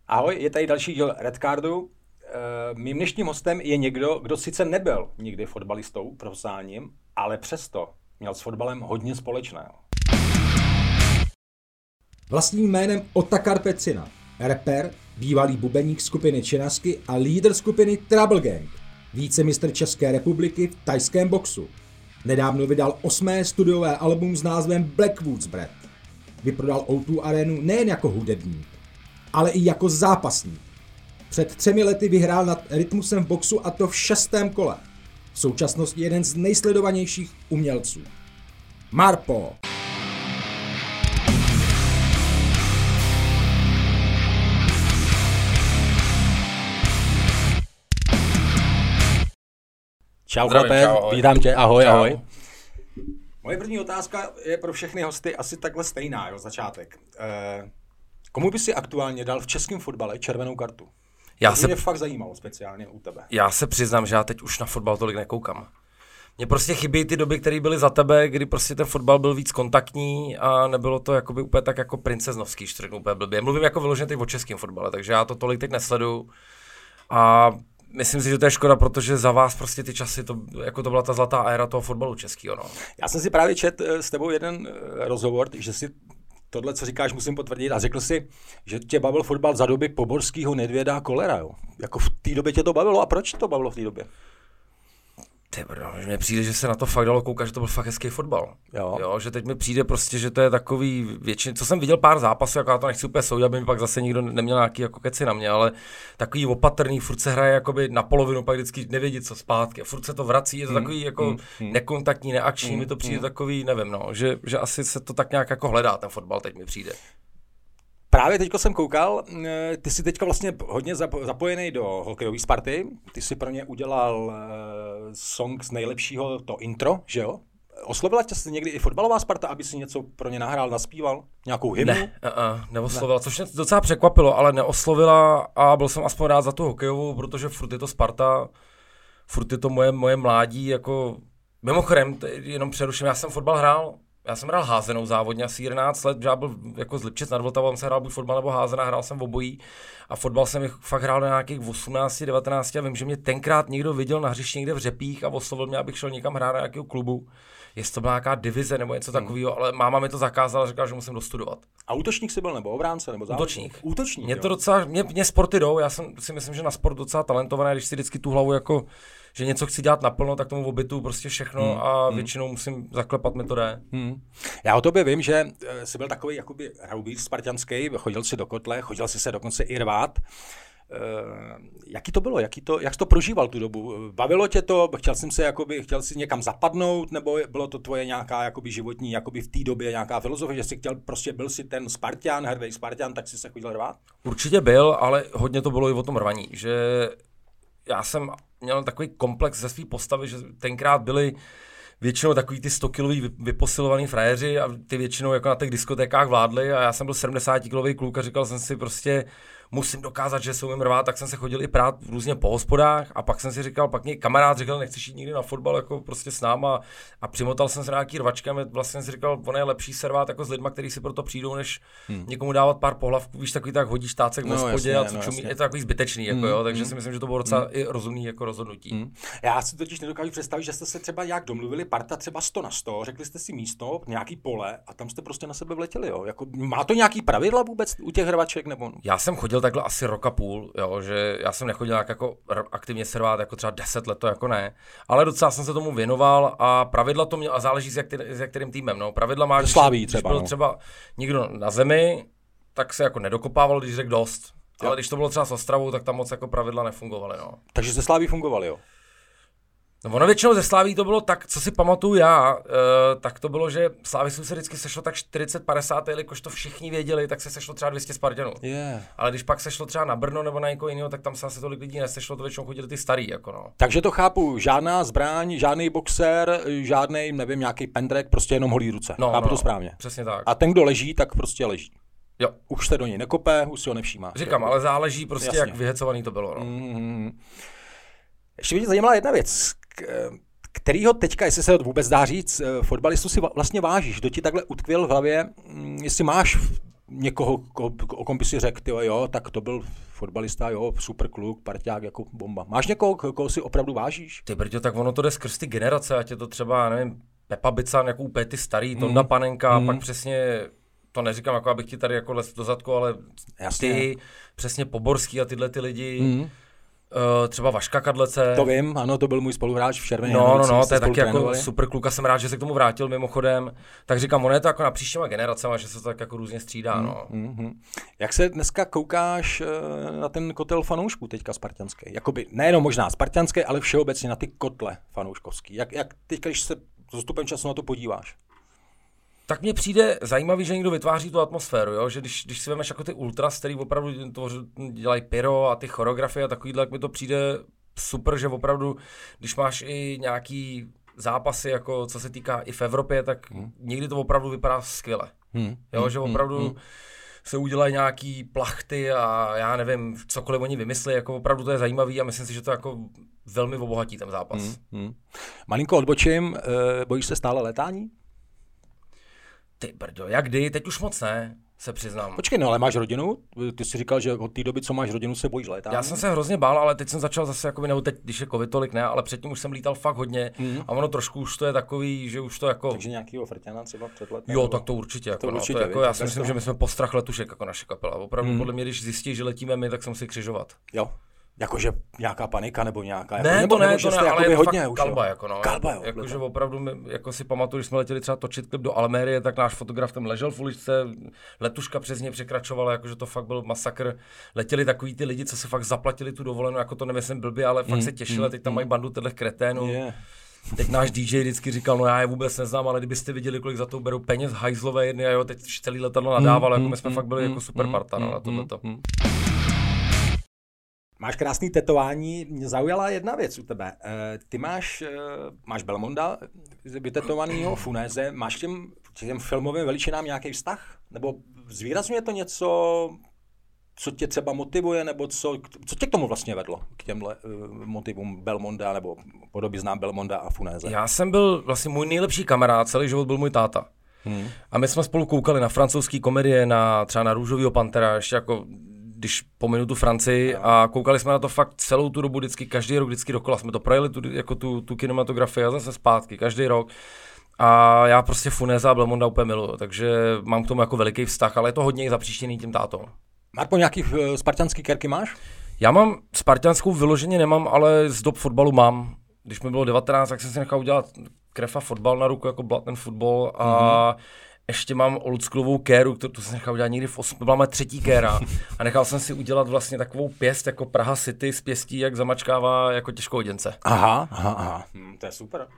Ahoj, je tady další díl Red Cardu. Mým dnešním hostem je někdo, kdo sice nebyl nikdy fotbalistou profesionálním, ale přesto měl s fotbalem hodně společného. Vlastním jménem Otakar Pecina, rapper, bývalý bubeník skupiny Činasky a lídr skupiny Trouble Gang, vícemistr České republiky v thajském boxu. Nedávno vydal 8. studiové album s názvem Blackwoods Bread. Vyprodal O2 Arenu nejen jako hudebník, ale i jako zápasník. Před 3 lety vyhrál nad Rytmusem v boxu, a to v 6. kole. V současnosti jeden z nejsledovanějších umělců. Marpo. Čau, chlape, vítám tě, ahoj. Moje první otázka je pro všechny hosty asi takhle stejná, jo, začátek. Komu by si aktuálně dal v českém fotbale červenou kartu? To mě fakt zajímalo speciálně u tebe. Já se přiznám, že já teď už na fotbal tolik nekoukám. Mně prostě chybí ty doby, které byly za tebe, kdy prostě ten fotbal byl víc kontaktní a nebylo to jakoby úplně tak jako princeznovský, že to řeknu úplně blbě. Mluvím jako vyloženě teď o českém fotbale, takže já to tolik teď nesleduju. A myslím si, že to je škoda, protože za vás prostě ty časy, to byla ta zlatá éra toho fotbalu českého. No. Já jsem si právě četl s tebou jeden rozhovor, že si tohle, co říkáš, musím potvrdit, a řekl si, že tě bavil fotbal za doby Poborského, Nedvěda a Kollera. Jo. Jako v té době tě to bavilo, a proč to bavilo v té době? Mně přijde, že se na to fakt dalo koukat, že to byl fakt hezký fotbal. Jo, že teď mi přijde prostě, že to je takový většině, co jsem viděl pár zápasů, jako já to nechci úplně soudit, aby mi pak zase nikdo neměl nějaký jako keci na mě, ale takový opatrný, furt se hraje jakoby na polovinu, pak vždycky nevědět co zpátky, furt se to vrací, je to takový jako nekontaktní, neakční, mi to přijde takový, nevím, no, že asi se to tak nějak jako hledá ten fotbal, teď mi přijde. Právě teďko jsem koukal, ty jsi teďka vlastně hodně zapojený do hokejové Sparty, ty jsi pro ně udělal song z nejlepšího, to intro, že jo? Oslovila tě někdy i fotbalová Sparta, aby si něco pro ně nahrál, naspíval? Nějakou hymnu? Neoslovila, což mě docela překvapilo, ale neoslovila a byl jsem aspoň rád za tu hokejovou, protože furt je to Sparta, furt je to moje mládí, jako mimochodem, jenom přeruším, já jsem fotbal hrál. Já jsem hrál házenou závodně asi 11 let, já byl jako z Lipčic nad Vltavou, jsem hrál buď fotbal nebo házená, hrál jsem v obojí a fotbal jsem fakt hrál na nějakých 18, 19 a vím, že mě tenkrát někdo viděl na hřišti někde v Řepích a oslovil mě, abych šel někam hrát na nějakého klubu. Jestli to byla nějaká divize nebo něco takového, ale máma mi to zakázala a řekla, že musím dostudovat. A útočník jsi byl nebo obránce nebo závodník? Útočník. Mě to docela, mě sporty jdou, já si myslím, že na sport docela talentovaný, když si vždycky tu hlavu jako že něco chci dělat naplno, tak tomu obytu prostě všechno a většinou musím zaklepat, mi to jde. Já o tobě vím, že jsi byl takový jakoby hraubíř spartanský, chodil si do kotle, chodil si se dokonce i rvát. Jaký to bylo? Jak jsi to prožíval tu dobu? Bavilo tě to? Chtěl jsi někam zapadnout? Nebo bylo to tvoje nějaká jakoby životní, jakoby v té době nějaká filozofie, že jsi chtěl, prostě byl si ten Spartan, hrdý Spartan, tak jsi se chodil rvát? Určitě byl, ale hodně to bylo i o tom rvaní, že já jsem měl takový komplex ze své postavy, že tenkrát byli většinou takový ty 100kilový vyposilovaný frajeři a ty většinou jako na těch diskotékách vládli a já jsem byl 70kilový kluk a říkal jsem si prostě musím dokázat, že se umím rvát, tak jsem se chodil i prát různě po hospodách a pak jsem si říkal, pak mě kamarád říkal, nechceš jít nikdy na fotbal jako prostě s náma a přimotal jsem se na nějaký rvačky a vlastně si říkal, ono je lepší se rvát jako s lidma, kteří si proto přijdou, než někomu dávat pár pohlavků, víš, takový tak hodíš tácek v hospodě a co čumí, je to takový zbytečný, jako jo, takže si myslím, že to bylo docela i rozumný jako rozhodnutí. Já si totiž nedokážu představit, že jste se třeba jak domluvili parta třeba 100 na 100, řekli jste si místo, nějaký pole a tam jste prostě na sebe vletěli, jo. Jako má to nějaký pravidla vůbec u těch rvaček nebo? Já jsem chodil takhle asi roka půl, jo, že já jsem nechodil jako aktivně se rvát jako třeba 10 let, to jako ne, ale docela jsem se tomu věnoval a pravidla to měl a záleží s kterým týmem, no. Pravidla má, když byl třeba někdo na zemi, tak se jako nedokopával, když řekl dost. Jo. Ale když to bylo třeba s Ostravou, tak tam moc jako pravidla nefungovaly, no. Takže ze Sláví fungovaly, jo? No ono většinou ze Sláví to bylo tak, co si pamatuju já, tak to bylo, že Slávisů se vždycky sešlo tak 40-50, jelikož to všichni věděli, tak se sešlo třeba 200 Spartanů. Yeah. Ale když pak sešlo třeba na Brno nebo na někoho jiného, tak tam se asi tolik lidí nesešlo, to většinou chodili ty starý, jako no. Takže to chápu, žádná zbraň, žádný boxer, žádný, nevím, nějaký pendrek, prostě jenom holý ruce. Chápu to správně. Přesně tak. A ten, kdo leží, tak prostě leží. Jo. Už se do něj nekope, už si ho nevšímá. Říkám, ale záleží prostě, jasně, jak vyhecovaný to bylo, no. Ještě mě zajímala jedna věc. Kterýho teďka, jestli se to vůbec dá říct, fotbalistu si vlastně vážíš, kdo ti takhle utkvěl v hlavě, jestli máš někoho, o kom by si řekl, tyjo, jo, tak to byl fotbalista, jo, super kluk, parťák, jako bomba. Máš někoho, koho si opravdu vážíš? Ty brďo, tak ono to jde skrz ty generace, ať je to třeba, nevím, Pepa Bican, jako úplně ty starý, Tonda Panenka, pak přesně, to neříkám, jako abych ti tady jako les do zadku, ale jasně. Ty, přesně Poborský a tyhle ty lidi, třeba Vaška Kadlece. To vím, ano, to byl můj spoluhráč v Červené. No, to je taky jako super kluk a jsem rád, že se k tomu vrátil mimochodem. Tak říkám, ono je to jako na příštíma generacema, že se to tak jako různě střídá, no. Jak se dneska koukáš na ten kotel fanoušků teďka spartanský? Jakoby nejenom možná spartanský, ale všeobecně na ty kotle fanouškovský. Jak teď, když se s postupem času na to podíváš? Tak mně přijde zajímavý, že někdo vytváří tu atmosféru, jo? Že když si vemeš jako ty ultras, který opravdu dělají pyro a ty choreografie a takovýhle, tak mi to přijde super, že opravdu, když máš i nějaký zápasy, jako co se týká i v Evropě, tak někdy to opravdu vypadá skvěle. Jo, že opravdu se udělají nějaký plachty a já nevím, cokoliv oni vymyslí, jako opravdu to je zajímavý a myslím si, že to jako velmi obohatí ten zápas. Malinko odbočím, bojíš se stále létání? Ty brdo, jak kdy? Teď už moc ne, se přiznám. Počkej, no ale máš rodinu? Ty jsi říkal, že od té doby, co máš rodinu, se bojíš létání? Já jsem se hrozně bál, ale teď jsem začal zase, jakoby, nebo teď, když je covid tolik ne, ale předtím už jsem lítal fakt hodně a ono trošku už to je takový, že už to jako... Takže nějakýho frťana třeba před letem? Jo, tak to určitě. Jako, to no, určitě to jako, já si myslím, že my jsme postrach letušek jako naše kapela. Opravdu podle mě, když zjistí, že letíme my, tak jsem si křižovat. Jo. Jakože nějaká panika nebo nějaká... Ne, jako, to ne, ale je to hodně fakt už, kalba, jako no. Kalba, jo. Jakože opravdu, jako si pamatuju, když jsme letěli třeba točit klip do Almérie, tak náš fotograf tam ležel v uličce, letuška přes ně překračovala, jakože to fakt byl masakr. Letěli takový ty lidi, co si fakt zaplatili tu dovolenou, jako to nemyslím blbě, ale fakt se těšili, teď tam mají bandu těchto kreténů. Teď náš DJ vždycky říkal, no já je vůbec neznám, ale kdybyste viděli, kolik za to berou peněz, hajzlové jedny a jo, teď celý letadlo nadával, jako my jsme fakt byli jako super parta na tohleto. Máš krásný tetování, mě zaujala jedna věc u tebe. Ty máš Belmonda vytetovanýho, Funéze, máš k těm filmovým veličinám nějaký vztah? Nebo zvýrazňuje to něco, co tě třeba motivuje, nebo co tě k tomu vlastně vedlo, k těmhle motivům Belmonda, nebo podobiznám Belmonda a Funéze? Já jsem byl vlastně můj nejlepší kamarád, celý život byl můj táta. A my jsme spolu koukali na francouzský komedie, třeba na Růžovýho pantera, ještě jako když pominu tu Francii a koukali jsme na to fakt celou tu dobu, vždycky, každý rok, vždycky dokola. Jsme to projeli, tu kinematografii a zase zpátky, každý rok. A já prostě Funéza a Belmonda úplně miluju, takže mám k tomu jako veliký vztah, ale je to hodně i zapříštěný tím tátou. Marpo, nějaký spartanský kerky máš? Já mám spartanskou vyloženě nemám, ale z dob fotbalu mám. Když mi bylo 19, tak jsem si nechal udělat krev a fotbal na ruku, jako Blood and Football a ještě mám oldschoolovou kéru, tu jsem nechal udělat někdy v 8, byla moje 3. kéra a nechal jsem si udělat vlastně takovou pěst jako Praha City z pěstí, jak zamačkává jako těžkooděnce. Aha. To je super.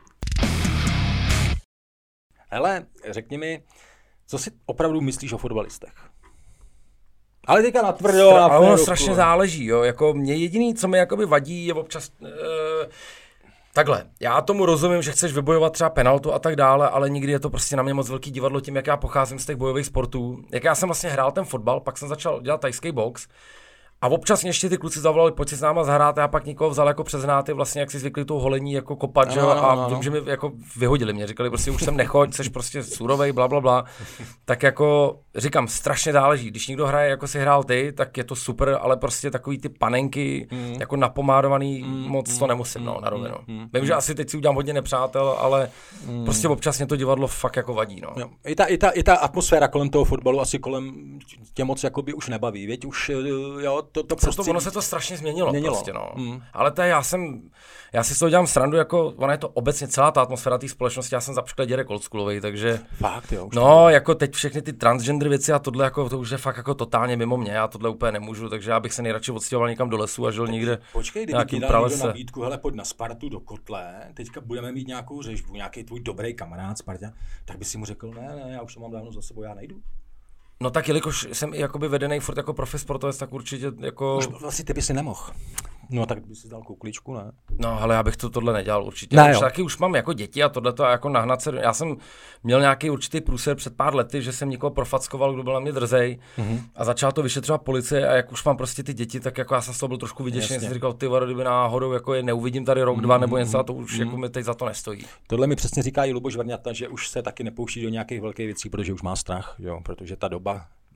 Hele, řekni mi, co si opravdu myslíš o fotbalistech? Ale teďka natvrdo. Ale ono strašně záleží, jo, jako mě jediný, co mi jakoby vadí, je občas... Takhle, já tomu rozumím, že chceš vybojovat třeba penaltu a tak dále, ale nikdy je to prostě na mě moc velký divadlo tím, jak já pocházím z těch bojových sportů. Jak já jsem vlastně hrál ten fotbal, pak jsem začal dělat thajský box a občas mě ještě ty kluci zavolali, pojď si s náma zahrát, a já pak někoho vzal jako přes hráty, vlastně jak si zvykli tou holení jako kopat, že jo, a vím, že mi jako vyhodili mě, říkali prostě už sem nechoď, jsi prostě surovej, blablabla. Tak jako říkám, strašně záleží, když někdo hraje jako si hrál ty, tak je to super, ale prostě takový ty panenky jako napomádovaný moc to nemusím, no, na rovinu. Vím, že asi teď si udělám hodně nepřátel, ale prostě občas mě to divadlo fakt jako vadí, no. Jo. I ta atmosféra kolem toho fotbalu asi kolem tě moc jakoby už nebaví, věď už jo, to prostě... Ono se to strašně změnilo. Prostě, no. Ale to je, já si z toho dělám srandu, jako ona je to obecně celá ta atmosféra té společnosti, já jsem zapšklé děrek oldschoolovej, takže... Fakt, jo. No, jako teď všechny ty transgender věci a tohle, jako to už je fakt jako totálně mimo mě, já tohle úplně nemůžu, takže já bych se nejradši odstěhoval někam do lesu a žil někde. Počkej, kdyby ti dal někdo nabídku, hele, pojď na Spartu do Kotle, teďka budeme mít nějakou řežbu, nějaký tvůj dobrý kamarád Sparta, tak by si mu řekl, ne, já už to mám dávno za sebou, já nejdu. No tak jelikož jsem i jakoby vedený furt jako profi sportovec, tak určitě jako... Už vlastně ty by si nemohl. No tak by si dal koukličku, ne? No ale já bych tohle nedělal určitě. Ne, taky už mám jako děti a tohleto a jako nahnat se... Já jsem měl nějaký určitý průser před pár lety, že jsem někoho profackoval, kdo byl na mě drzej a začala to vyšetřovat policie a jak už mám prostě ty děti, tak jako já jsem z toho byl trošku vyděšený, jsem si říkal, ty vado, kdyby náhodou jako je neuvidím tady rok, dva nebo něco, a to už jako mi teď za to nestojí. Tohle mi přesně říká i Luboš Varňata, že už se taky nepouští do nějakých velkých věcí, protože už má strach, jo, protože ta doba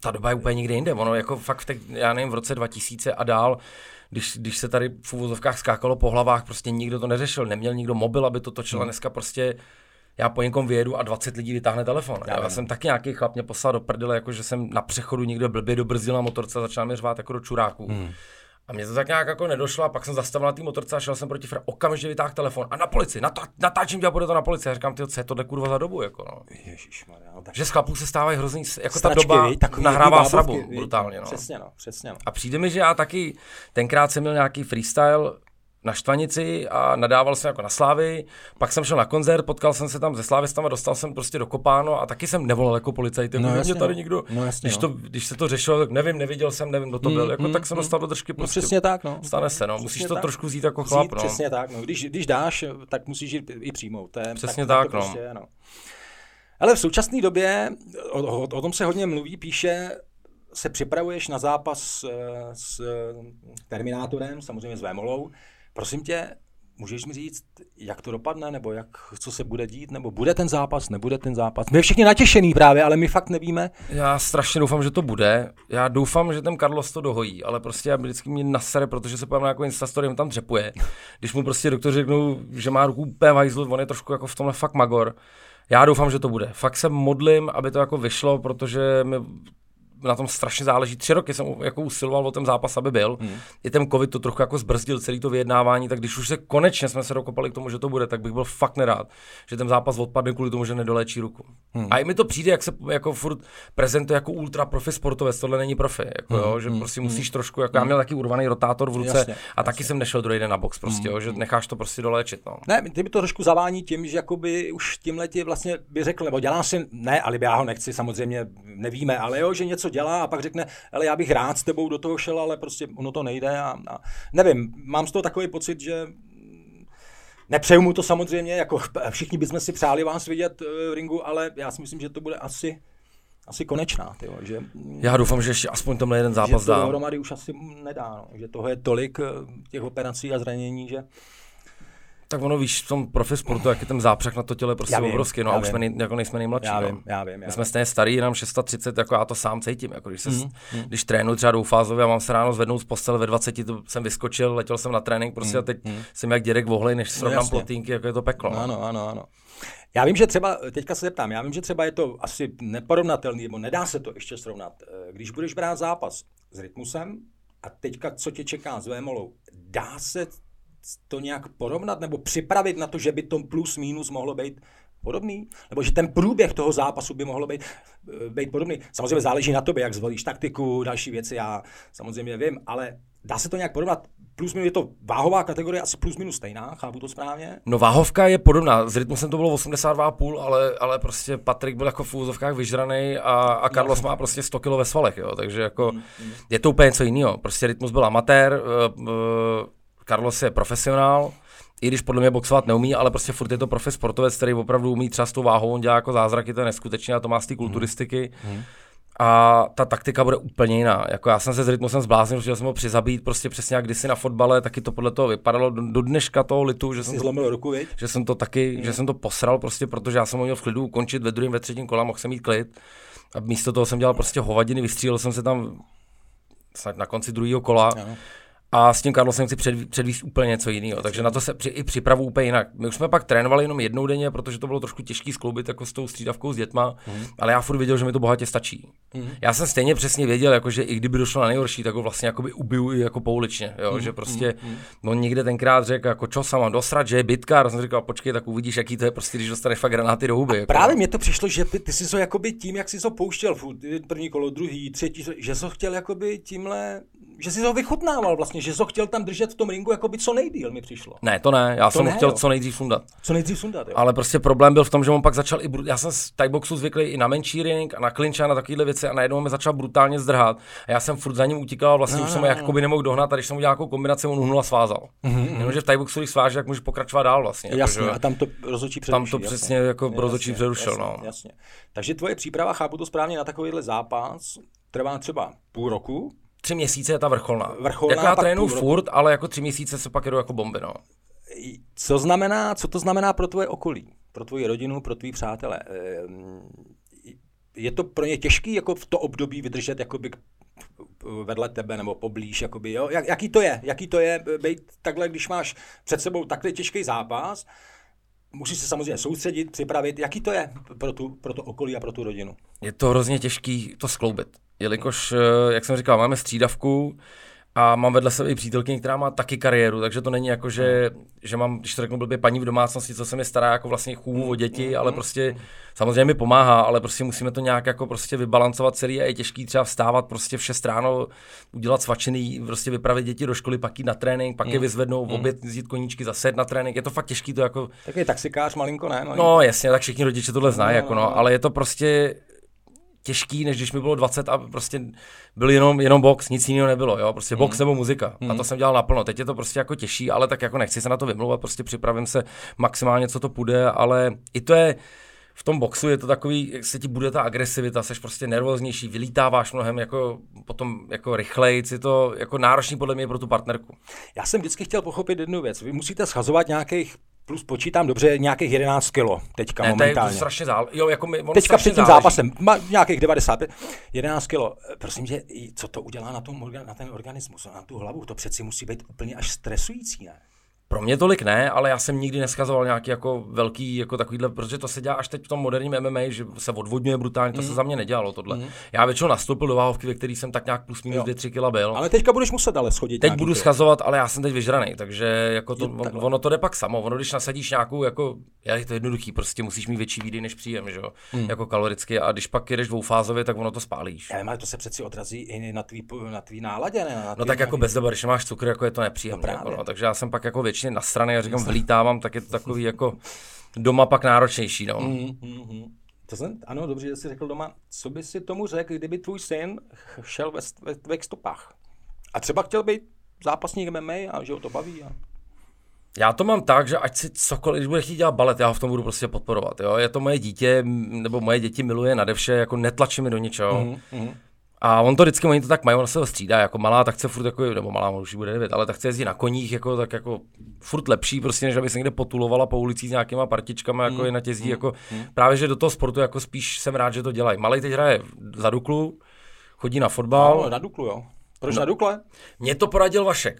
ta doba je úplně někde jinde. Ono jako fakt já nevím, v roce 2000 a dál, když se tady v uvozovkách skákalo po hlavách, prostě nikdo to neřešil, neměl nikdo mobil, aby to točil, a dneska prostě já po někom vyjedu a 20 lidí vytáhne telefon. Já jsem taky nějaký chlap mě poslal do prdele, jako že jsem na přechodu někdo blbě dobrzdil na motorce a začal mě řvát jako do čuráků. A mě to tak nějak jako nedošlo a pak jsem zastavil na té motorce a šel jsem proti okamžitě vytáhl telefon a na policii, natáčím tě a bude to na policii. Já říkám, co je tohle kurva za dobu, jako no. Ježišmarja, že z chlapů se stávají hrozný, jako stračky, ta doba nahrává srabu brutálně, no. Přesně no. A přijde mi, že já taky, tenkrát jsem měl nějaký freestyle na Štvanici a nadával jsem jako na Slávy, pak jsem šel na koncert, potkal jsem se tam se slávistama, dostal jsem prostě dokopáno a taky jsem nevolal jako policajt, jako mě tady nikdo, když se to řešilo, tak neviděl jsem, nevím, kdo to byl, jako tak jsem dostal do držky, prostě přesně tak, no. Stane se, no, musíš to trošku vzít jako chlap, no. Přesně tak, no, když dáš, tak musíš i přijmout, to je, přesně tak, no. Prostě, no. Ale v současné době, o tom se hodně mluví, píše, se připravuješ na zápas s Terminátorem, samozřejmě s Vémolou. Prosím tě, můžeš mi říct, jak to dopadne, nebo co se bude dít, nebo bude ten zápas, nebude ten zápas? My všichni natěšený právě, ale my fakt nevíme. Já strašně doufám, že to bude. Já doufám, že ten Carlos to dohojí, ale prostě já vždycky mě nasere, protože se pojďme na jako Instastory, on tam dřepuje. Když mu prostě doktoři řeknou, že má ruku úplně v hajzlu, on je trošku jako v tomhle fakt magor. Já doufám, že to bude. Fakt se modlím, aby to jako vyšlo, protože mi na tom strašně záleží. 3 roky jsem jako usiloval o ten zápas, aby byl. I ten covid to trochu jako zbrzdil celé to vyjednávání, tak když už se konečně jsme se dokopali k tomu, že to bude, tak bych byl fakt nerád, že ten zápas odpadne kvůli tomu, že nedoléčí ruku. A i mi to přijde, jak se jako furt prezentuje jako ultra profi sportovec, tohle není profi, jako jo, že prostě musíš trošku, jako já měl taky urvaný rotátor v ruce a taky jsem nešel druhý den na box prostě, jo, že necháš to prostě doléčit, no. Ne, ty by to trošku zavání tím, že jakoby už tímhletě vlastně by řekl, nebo dělá si, ne, ale já ho nechci, samozřejmě nevíme, ale jo, že něco dělá a pak řekne, ale já bych rád s tebou do toho šel, ale prostě ono to nejde a nevím, mám z toho takový pocit, že nepřeju mu to samozřejmě, jako všichni bychom si přáli vás vidět v ringu, ale já si myslím, že to bude asi konečná, tyjo, že já doufám, že ještě aspoň tomhle jeden zápas dá. Že to dohromady už asi nedá, no, že toho je tolik těch operací a zranění, že tak ono víš, v tom profi sportu, jak je ten zápřah na to těle prostě obrovský, no a už jsme jako nejsme nejmladší. Já vím. My jsme stejně starý, nám 630, jako já to sám cítím, jako když trénuji třeba dvoufázově a mám se ráno zvednout z postele ve 20, to jsem vyskočil, letěl jsem na trénink, prostě a teď jsem jak dědek vohlej, než srovnám plotínky, jako je to peklo. Ano. Já vím, že třeba, teďka se zeptám, já vím, že třeba je to asi neporovnatelný, nebo nedá se to ještě srovnat. Když budeš brát zápas s Rytmusem a teďka co tě čeká s Vémolou, dá se to nějak porovnat nebo připravit na to, že by to plus minus mohlo být podobný? Nebo že ten průběh toho zápasu by mohlo být podobný? Samozřejmě záleží na tobě, jak zvolíš taktiku, další věci, já samozřejmě vím, ale dá se to nějak porovnat? Plus minus je to váhová kategorie, asi plus minus stejná, chápu to správně? No váhovka je podobná, s Rytmusem to bylo 82,5, ale prostě Patrik byl jako v úvozovkách vyžranej a Carlos má prostě 100 kg ve svalech, jo, takže jako je to úplně něco jiného. Prostě Rytmus byl amatér, Carlos je profesionál, i když podle mě boxovat neumí, ale prostě furt je to profi sportovec, který opravdu umí třeba s tou váhou, on dělá jako zázraky, to je neskutečné a to má z té kulturistiky. A ta taktika bude úplně jiná. Jako já jsem se s Rytmusem zbláznil, chtěl jsem ho přizabít, prostě přesně jak kdysi na fotbale, taky to podle toho vypadalo. Do dneška toho litu, že jsem zlomil ruku, viď? Že jsem to taky, že jsem to posral prostě, protože já jsem ho měl v klidu ukončit ve druhém, ve třetím kola, mohl jsem mít klid. A místo toho jsem dělal prostě hovadiny, vystřílel jsem se tam snad na konci druhého kola. Ano. A s tím Carlosem chci předvíst úplně něco jiného, takže na to se i připravu úplně jinak. My už jsme pak trénovali jenom jednou denně, protože to bylo trošku těžký skloubit jako s tou střídavkou s dětma, ale já furt věděl, že mi to bohatě stačí. Já jsem stejně přesně věděl, jako, že i kdyby došlo na nejhorší, tak ho vlastně jakoby ubiju i jako pouličně, jo? Že prostě on někde tenkrát řekl, jako čo se mám dosrat, že je bitka, a jsem říkal, počkej, tak uvidíš, jaký to je, prostě, když dostaneš fakt granáty do huby. Jako, právě mně to přišlo, že ty jsi to jakoby tím, jak jsi to pouštěl, první kolo, druhý, třetí, že jsi chtěl jakoby tímhle, že jsi ho vychutnával vlastně, že jsi chtěl tam držet v tom ringu jakoby co nejdýl, mi přišlo. Ne, to ne, já jsem ho chtěl co nejdřív sundat. Jo. Ale prostě problém byl v tom, že on pak začal já jsem z thaiboxu zvyklý i na menší ring a na klinč a na takovéhle věci a najednou mi začal brutálně zdrhat. A já jsem furt za ním utíkal, vlastně už jsem ho jakoby nemohl dohnat a když jsem udělal nějakou kombinaci, on uhnul a svázal. Jenomže v thaiboxu, když sváže, tak můžeš pokračovat dál vlastně. Jasně, jako, a tam to rozhodčí přerušil. Tam to přesně jako rozhodčí přerušil, no. Jasně. Takže tvoje příprava, chápu to správně, na takovýhle zápas trvá třeba půl roku. 3 měsíce je ta vrcholná. Jako já trénuju furt, ale jako 3 měsíce se pak jedu jako bomby, no. Co to znamená pro tvoje okolí, pro tvoji rodinu, pro tvý přátele? je to pro ně těžký jako v to období vydržet jakoby vedle tebe nebo poblíž, jakoby, jo? Jaký to je být takhle, když máš před sebou takhle těžký zápas, musíš se samozřejmě soustředit, připravit, jaký to je pro to okolí a pro tu rodinu? Je to hrozně těžký to skloubit, jelikož, jak jsem říkal, máme střídavku a mám vedle sebe i přítelkyni, která má taky kariéru, takže to není jako, že mám, když to řeknu blbě, paní v domácnosti, co se mi stará jako vlastně chůvu o děti, ale prostě samozřejmě mi pomáhá, ale prostě musíme to nějak jako prostě vybalancovat celý a je těžký třeba vstávat prostě v 6 ráno, udělat svačený, prostě vypravit děti do školy, pak jít na trénink, pak je vyzvednou, v oběd vzít koníčky, zase jít na trénink, je to fakt těžký to jako. Taky taxikář malinko, ne? No jasně, tak všichni rodiče tohle znají, jako no, ale je to prostě těžký, než když mi bylo 20 a prostě byl jenom box, nic jiného nebylo, jo, prostě box nebo muzika. A to jsem dělal naplno. Teď je to prostě jako těžší, ale tak jako nechci se na to vymlouvat, prostě připravím se maximálně, co to půjde, ale i to je v tom boxu je to takový, jak se ti bude ta agresivita, seš prostě nervóznější, vylítáváš mnohem jako potom jako rychlejc, je to jako náročný podle mě pro tu partnerku. Já jsem vždycky chtěl pochopit jednu věc. Vy musíte schazovat nějakých plus počítám dobře, nějakých 11 kilo teďka momentálně. To je strašně jo, jako teďka před tím zápasem, nějakých 95, 11 kilo. Prosím, že co to udělá na ten organismus, na tu hlavu? To přeci musí být úplně až stresující, ne? Pro mě tolik ne, ale já jsem nikdy neschazoval nějaký jako velký, jako takovýhle, protože to se dělá až teď v tom moderním MMA, že se odvodňuje brutálně, to se za mě nedělalo tohle. Já většinou nastoupil do váhovky, ve který jsem tak nějak plus minus 2-3 kila byl. Ale teďka budeš muset ale schodit. Teď budu schazovat, ale já jsem teď vyžraný, takže jako to, ono to jde pak samo. Ono když nasadíš nějakou jako, je to jednoduchý, prostě musíš mít větší výdej než příjem, že jo, jako kaloricky, a když pak jedeš dvoufázově, tak ono to spálíš. Ale to se přeci odrazí i na tvý náladě, ne? No tak jako bez doba, když máš cukr, jako je to nepříjemné, no, takže já jsem pak jako většině na strany a říkám, vylítávám, tak je to takový jako doma pak náročnější, no. Ano, dobře, že jsi řekl doma, co by si tomu řekl, kdyby tvůj syn šel ve tvých stopách a třeba chtěl být zápasník MMA a že ho to baví. Já to mám tak, že ať si cokoliv, když bude chtít dělat balet, já ho v tom budu prostě podporovat, jo. Je to moje dítě, nebo moje děti miluje nade vše, jako netlačí mi do ničeho. A on to vždycky, oni to tak mají, on se ho střídá, jako malá, tak chce furt jako, nebo malá, už bude 9, ale tak chce jezdit na koních, jako, tak jako furt lepší, prostě, než aby se někde potulovala po ulicích s nějakýma partičkama, jako je na tězdí, jako právě, že do toho sportu, jako spíš jsem rád, že to dělají. Malej teď hraje za Duklu, chodí na fotbal. No, na Duklu, jo. Proč na Dukle? Mně to poradil Vašek.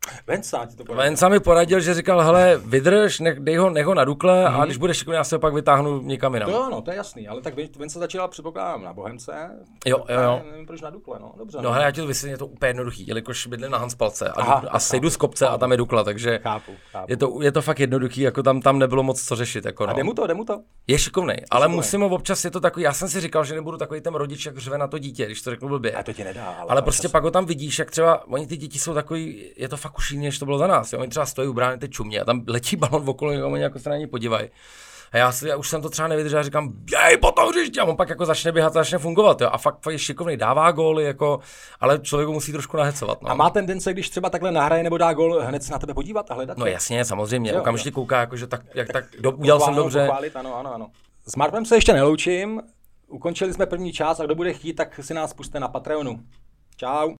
Venca mi poradil, že říkal, hele, vydrž, nech ho na Dukle a když budeš šikovný, já se ho pak vytáhnu někam jinam. Jo, no, to je jasný, ale tak Venca začala, předpokládám, na Bohemce. Jo. Nevím, proč na Dukle, no, dobře. No, hele, já ti to vysvětlím, je to úplně jednoduchý, jelikož bydlím na Hanspalce a sejdu z kopce a tam je Dukla, takže chápu. Je to fakt jednoduchý, jako tam nebylo moc co řešit. Jako, no. A jde mu to? Je šikovnej, ale musím ho občas, je to takový, já jsem si říkal, že nebudu takový ten rodič, jak řve na to dítě, když to řeknu blbě. A to ti nedá, ale prostě pak ho tam vidíš, jak třeba oni ty děti jsou takový, je to fakt už jiný, než to bylo za nás. Jo? Oni třeba stojí u brány, teď čumě a tam letí balon okolo, oni jako se na něj podívají. A já už jsem to třeba nevydržel a říkám, jej, po tom hřiště, a on pak jako začne běhat, začne fungovat, jo? A fakt je šikovný, dává góly, jako, ale člověk musí trošku nahecovat. No. A má tendence, když třeba takhle nahraje nebo dá gól, hned se na tebe podívat a hledat? No jasně, samozřejmě, okamžitě kouká, jako, že udělal jsem dobře. Pochválit, ano. S Markem se ještě neloučím, ukončili jsme první část a kdo bude chtít, tak si nás puste na Patreonu. Čau.